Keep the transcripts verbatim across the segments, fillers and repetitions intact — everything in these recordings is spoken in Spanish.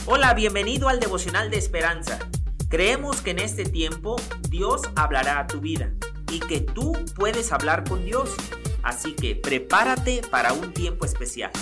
Hola, bienvenido al Devocional de Esperanza. Creemos que en este tiempo Dios hablará a tu vida y que tú puedes hablar con Dios. Así que prepárate para un tiempo especial.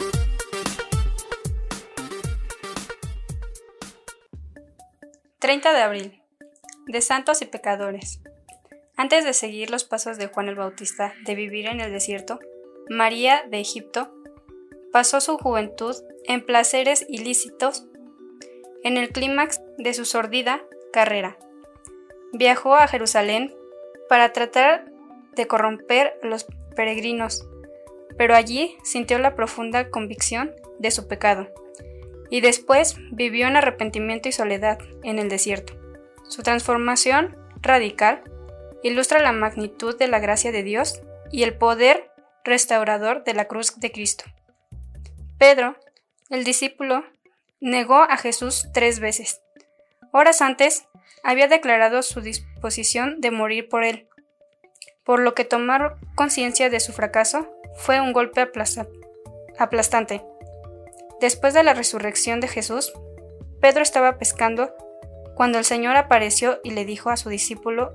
treinta de abril. De santos y pecadores. Antes de seguir los pasos de Juan el Bautista de vivir en el desierto, María de Egipto pasó su juventud en placeres ilícitos. En el clímax de su sordida carrera, viajó a Jerusalén para tratar de corromper a los peregrinos, pero allí sintió la profunda convicción de su pecado, y después vivió en arrepentimiento y soledad en el desierto. Su transformación radical ilustra la magnitud de la gracia de Dios y el poder restaurador de la cruz de Cristo. Pedro, el discípulo, negó a Jesús tres veces. Horas antes, había declarado su disposición de morir por él, por lo que tomar conciencia de su fracaso fue un golpe aplasta- aplastante. Después de la resurrección de Jesús, Pedro estaba pescando cuando el Señor apareció y le dijo a su discípulo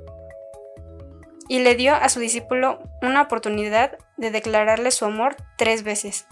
y le dio a su discípulo una oportunidad de declararle su amor tres veces,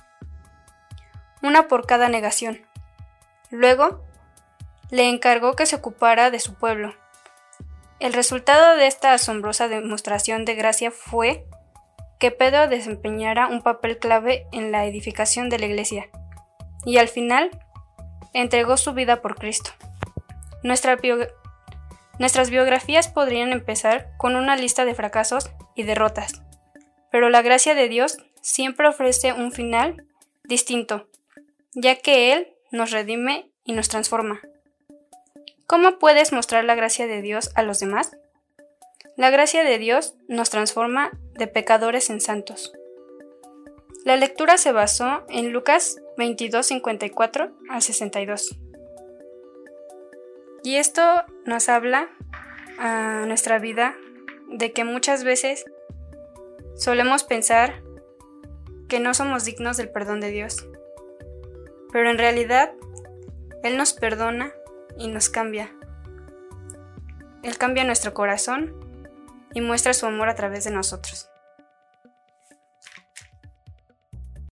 una por cada negación. Luego, le encargó que se ocupara de su pueblo. El resultado de esta asombrosa demostración de gracia fue que Pedro desempeñara un papel clave en la edificación de la iglesia, y al final, entregó su vida por Cristo. Nuestra bio- Nuestras biografías podrían empezar con una lista de fracasos y derrotas, pero la gracia de Dios siempre ofrece un final distinto, ya que Él nos redime y nos transforma. ¿Cómo puedes mostrar la gracia de Dios a los demás? La gracia de Dios nos transforma de pecadores en santos. La lectura se basó en Lucas veintidós, cincuenta y cuatro al sesenta y dos. Y esto nos habla a nuestra vida de que muchas veces solemos pensar que no somos dignos del perdón de Dios. Pero en realidad, Él nos perdona y nos cambia. Él cambia nuestro corazón y muestra su amor a través de nosotros.